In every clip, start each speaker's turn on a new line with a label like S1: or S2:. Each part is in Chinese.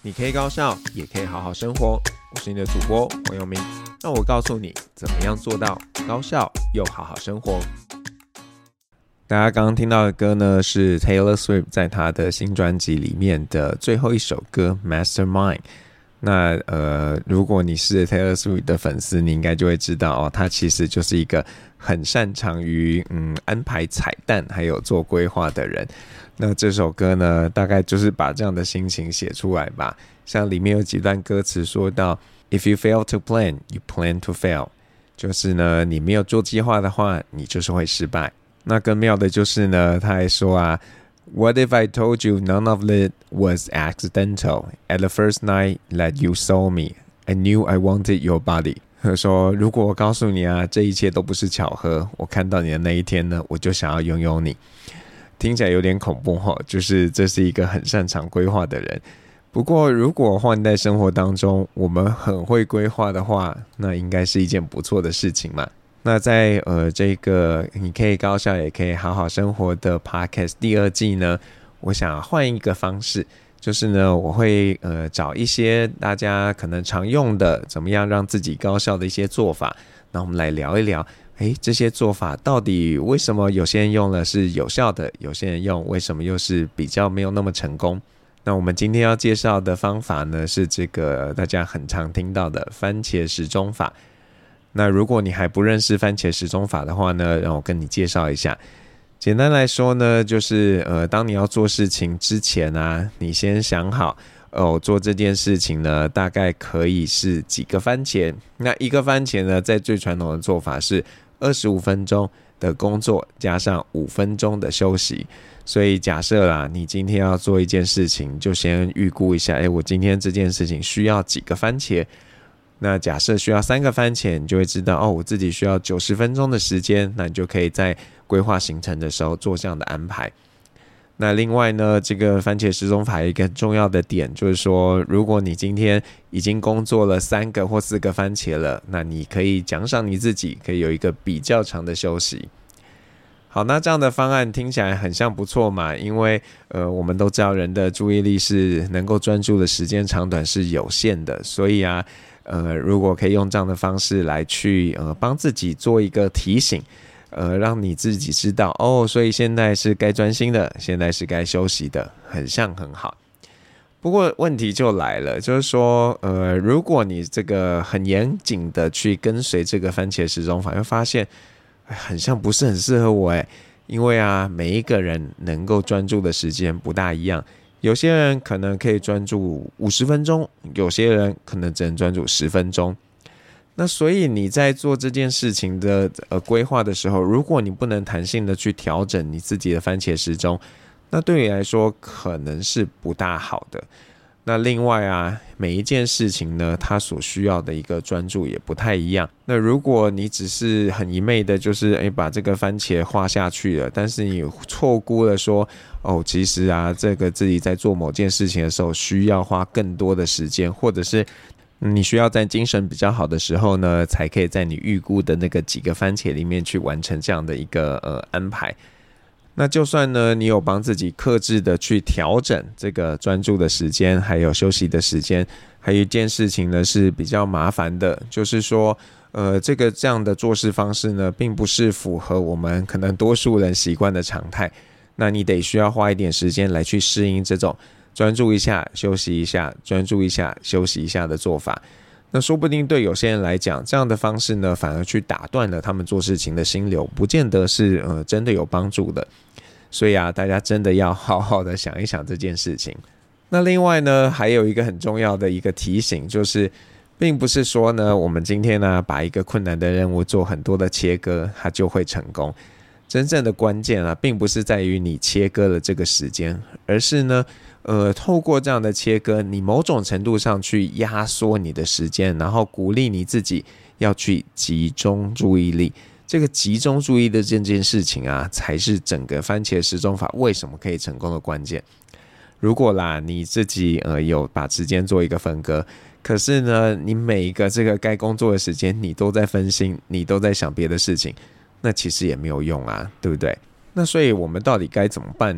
S1: 你可以高效，也可以好好生活。我是你的主播黄永明，让我告诉你怎么样做到高效又好好生活。大家刚刚听到的歌呢，是 Taylor Swift 在她的新专辑里面的最后一首歌 Mastermind。那如果你是 Taylor Swift 的粉丝，你应该就会知道哦，他其实就是一个很擅长于安排彩蛋还有做规划的人。那这首歌呢，大概就是把这样的心情写出来吧。像里面有几段歌词说到 If you fail to plan, you plan to fail， 就是呢，你没有做计划的话，你就是会失败。那更妙的就是呢，他还说啊，What if I told you none of it was accidental? At the first night that you saw me, I knew I wanted your body. 他说，如果我告诉你啊，这一切都不是巧合，我看到你的那一天呢，我就想要拥有你。听起来有点恐怖齁，就是这是一个很擅长规划的人。不过如果换在生活当中，我们很会规划的话，那应该是一件不错的事情嘛。那在这个你可以高效也可以好好生活的 Podcast 第二季呢，我想换一个方式，就是呢，我会找一些大家可能常用的怎么样让自己高效的一些做法，那我们来聊一聊，这些做法到底为什么有些人用了是有效的，有些人用为什么又是比较没有那么成功。那我们今天要介绍的方法呢，是这个大家很常听到的番茄时钟法。那如果你还不认识番茄时钟法的话呢，让我跟你介绍一下。简单来说呢，就是当你要做事情之前啊，你先想好做这件事情呢，大概可以是几个番茄。那一个番茄呢，在最传统的做法是25分钟的工作加上5分钟的休息。所以假设啦，你今天要做一件事情，就先预估一下，我今天这件事情需要几个番茄。那假设需要3个番茄，你就会知道我自己需要90分钟的时间，那你就可以在规划行程的时候做这样的安排。那另外呢，这个番茄时钟法有一个很重要的点，就是说，如果你今天已经工作了3个或4个番茄了，那你可以奖赏你自己，可以有一个比较长的休息。好，那这样的方案听起来很像不错嘛，因为我们都知道人的注意力是能够专注的时间长短是有限的，所以啊，如果可以用这样的方式来去帮自己做一个提醒，让你自己知道所以现在是该专心的，现在是该休息的，很像很好。不过问题就来了，就是说如果你这个很严谨的去跟随这个番茄时钟法，会发现很像不是很适合我因为啊，每一个人能够专注的时间不大一样，有些人可能可以专注50分钟，有些人可能只能专注10分钟。那所以你在做这件事情的规划的时候，如果你不能弹性的去调整你自己的番茄时钟，那对你来说可能是不大好的。那另外啊，每一件事情呢，它所需要的一个专注也不太一样。那如果你只是很一昧的就是把这个番茄画下去了，但是你错估了说其实啊，这个自己在做某件事情的时候需要花更多的时间，或者是你需要在精神比较好的时候呢，才可以在你预估的那个几个番茄里面去完成这样的一个安排。那就算呢，你有帮自己克制的去调整这个专注的时间，还有休息的时间，还有一件事情呢是比较麻烦的，就是说，这样的做事方式呢，并不是符合我们可能多数人习惯的常态。那你得需要花一点时间来去适应这种专注一下休息一下，专注一下休息一下的做法。那说不定对有些人来讲，这样的方式呢，反而去打断了他们做事情的心流，不见得是真的有帮助的。所以啊，大家真的要好好的想一想这件事情。那另外呢，还有一个很重要的一个提醒，就是并不是说呢，我们今天呢把一个困难的任务做很多的切割，它就会成功。真正的关键啊，并不是在于你切割了这个时间，而是呢，透过这样的切割，你某种程度上去压缩你的时间，然后鼓励你自己要去集中注意力。这个集中注意的这件事情啊，才是整个番茄时钟法为什么可以成功的关键。如果啦，你自己有把时间做一个分割，可是呢，你每一个这个该工作的时间，你都在分心，你都在想别的事情，那其实也没有用啊，对不对？那所以我们到底该怎么办呢？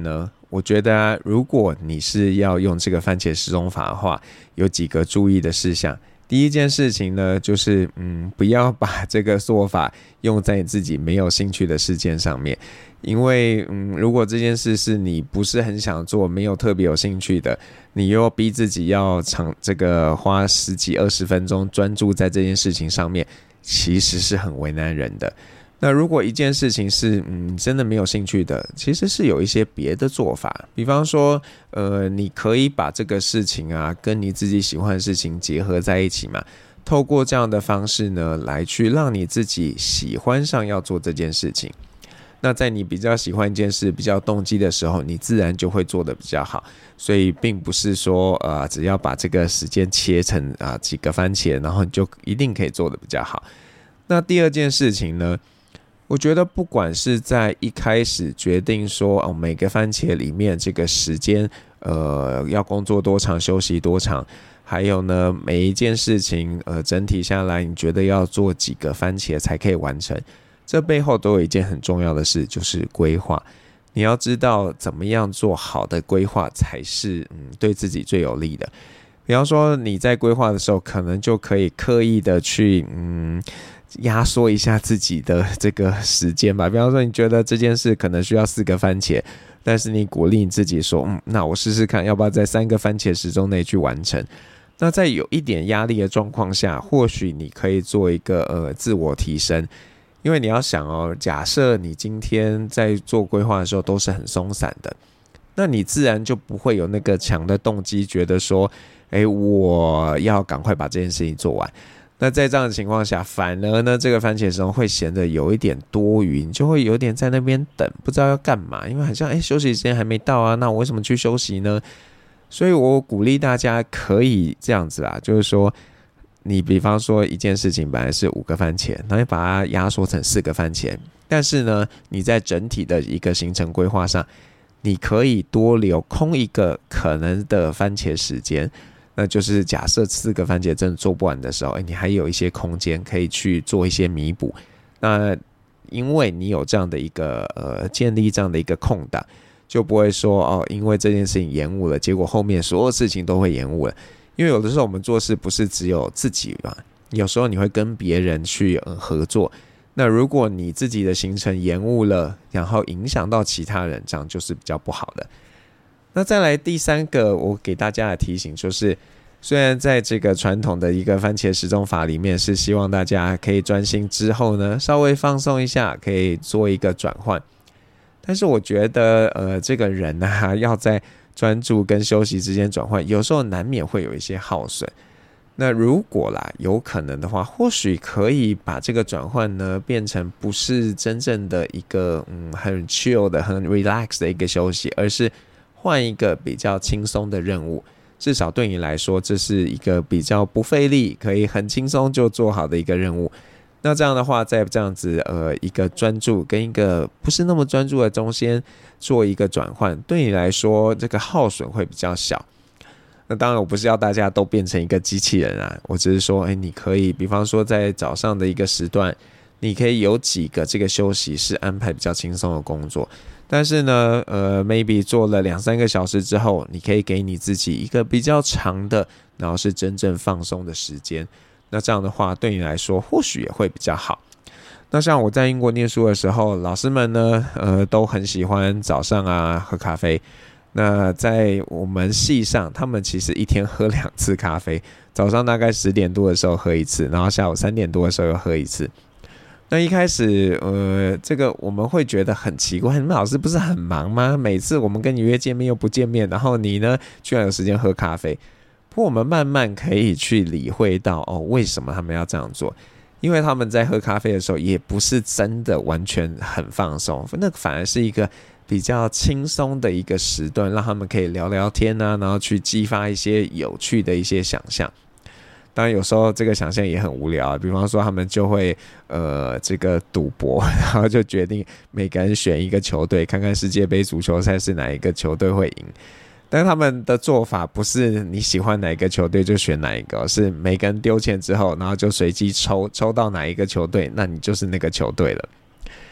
S1: 我觉得如果你是要用这个番茄时钟法的话，有几个注意的事项。第一件事情呢，就是不要把这个做法用在你自己没有兴趣的事件上面，因为如果这件事是你不是很想做，没有特别有兴趣的，你又逼自己要花10几20分钟专注在这件事情上面，其实是很为难人的。那如果一件事情是真的没有兴趣的，其实是有一些别的做法，比方说你可以把这个事情啊跟你自己喜欢的事情结合在一起嘛，透过这样的方式呢来去让你自己喜欢上要做这件事情。那在你比较喜欢一件事比较动机的时候，你自然就会做得比较好。所以并不是说只要把这个时间切成几个番茄，然后你就一定可以做得比较好。那第二件事情呢，我觉得不管是在一开始决定说每个番茄里面这个时间要工作多长休息多长，还有呢每一件事情整体下来你觉得要做几个番茄才可以完成，这背后都有一件很重要的事，就是规划。你要知道怎么样做好的规划才是对自己最有利的。比方说你在规划的时候可能就可以刻意的去压缩一下自己的这个时间吧。比方说你觉得这件事可能需要4个番茄，但是你鼓励你自己说那我试试看要不要在3个番茄时钟内去完成。那在有一点压力的状况下，或许你可以做一个自我提升。因为你要想假设你今天在做规划的时候都是很松散的，那你自然就不会有那个强的动机觉得说我要赶快把这件事情做完。那在这样的情况下，反而呢这个番茄时钟会显得有一点多余，你就会有点在那边等，不知道要干嘛，因为好像休息时间还没到啊，那我为什么去休息呢？所以我鼓励大家可以这样子啦，就是说你比方说一件事情本来是5个番茄，然后你把它压缩成4个番茄，但是呢你在整体的一个行程规划上，你可以多留空一个可能的番茄时间，那就是假设4个番茄真的做不完的时候，你还有一些空间可以去做一些弥补。那因为你有这样的一个建立这样的一个空档，就不会说因为这件事情延误了，结果后面所有事情都会延误了。因为有的时候我们做事不是只有自己嘛，有时候你会跟别人去合作。那如果你自己的行程延误了，然后影响到其他人，这样就是比较不好的。那再来第3个我给大家的提醒就是，虽然在这个传统的一个番茄时钟法里面是希望大家可以专心之后呢稍微放松一下，可以做一个转换，但是我觉得这个人要在专注跟休息之间转换，有时候难免会有一些耗损。那如果有可能的话，或许可以把这个转换呢变成不是真正的一个很 chill 的很 relax 的一个休息，而是换一个比较轻松的任务。至少对你来说这是一个比较不费力，可以很轻松就做好的一个任务。那这样的话，在这样子一个专注跟一个不是那么专注的中间做一个转换，对你来说这个耗损会比较小。那当然我不是要大家都变成一个机器人啊，我只是说你可以比方说在早上的一个时段，你可以有几个这个休息是安排比较轻松的工作，但是呢maybe 做了2-3个小时之后，你可以给你自己一个比较长的然后是真正放松的时间。那这样的话对你来说或许也会比较好。那像我在英国念书的时候，老师们呢都很喜欢早上喝咖啡。那在我们系上，他们其实一天喝2次咖啡，早上大概10点多的时候喝一次，然后下午3点多的时候又喝一次。那一开始这个我们会觉得很奇怪，你们老师不是很忙吗？每次我们跟你约见面又不见面，然后你呢居然有时间喝咖啡。不过我们慢慢可以去理会到为什么他们要这样做，因为他们在喝咖啡的时候也不是真的完全很放松，那反而是一个比较轻松的一个时段，让他们可以聊聊天然后去激发一些有趣的一些想象。当然有时候这个想象也很无聊比方说他们就会这个赌博，然后就决定每个人选一个球队，看看世界杯足球赛是哪一个球队会赢。但他们的做法不是你喜欢哪一个球队就选哪一个，是每个人丢钱之后，然后就随机抽到哪一个球队，那你就是那个球队了。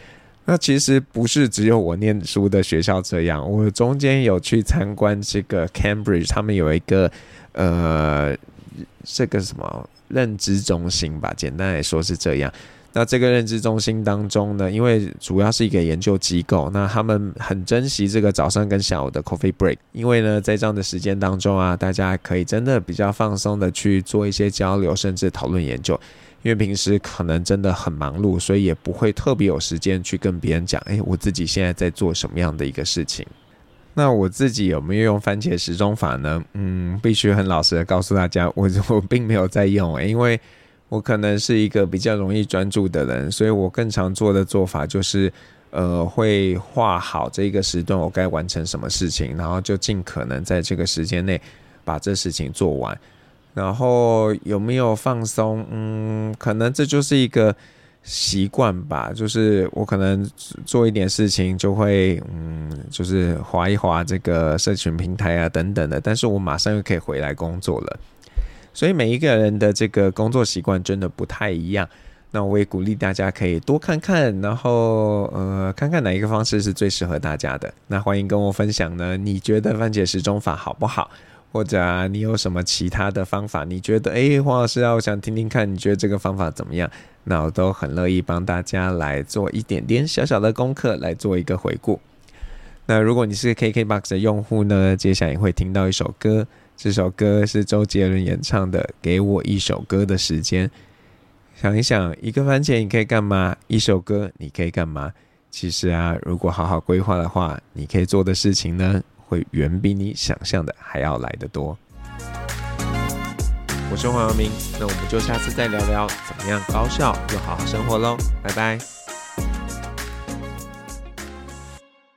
S1: 那其实不是只有我念书的学校这样，我中间有去参观这个 Cambridge， 他们有一个这个什么认知中心吧，简单来说是这样。那这个认知中心当中呢，因为主要是一个研究机构，那他们很珍惜这个早上跟下午的 coffee break， 因为呢，在这样的时间当中啊，大家可以真的比较放松的去做一些交流，甚至讨论研究。因为平时可能真的很忙碌，所以也不会特别有时间去跟别人讲，我自己现在在做什么样的一个事情。那我自己有没有用番茄时钟法呢？必须很老实的告诉大家，我并没有在用，因为我可能是一个比较容易专注的人，所以我更常做的做法就是会画好这个时段我该完成什么事情，然后就尽可能在这个时间内把这事情做完。然后有没有放松？可能这就是一个习惯吧，就是我可能做一点事情就会就是滑一滑这个社群平台啊等等的，但是我马上又可以回来工作了。所以每一个人的这个工作习惯真的不太一样，那我也鼓励大家可以多看看，然后看看哪一个方式是最适合大家的。那欢迎跟我分享呢，你觉得番茄时钟法好不好？或者你有什么其他的方法，你觉得黄老师我想听听看，你觉得这个方法怎么样？那我都很乐意帮大家来做一点点小小的功课，来做一个回顾。那如果你是 KKBOX 的用户呢，接下来也会听到一首歌，这首歌是周杰伦演唱的《给我一首歌的时间》。想一想，一个番茄你可以干嘛？一首歌你可以干嘛？其实如果好好规划的话，你可以做的事情呢，会远比你想象的还要来得多。我是黄阳明，那我们就下次再聊聊怎么样高效又好好生活咯，拜拜。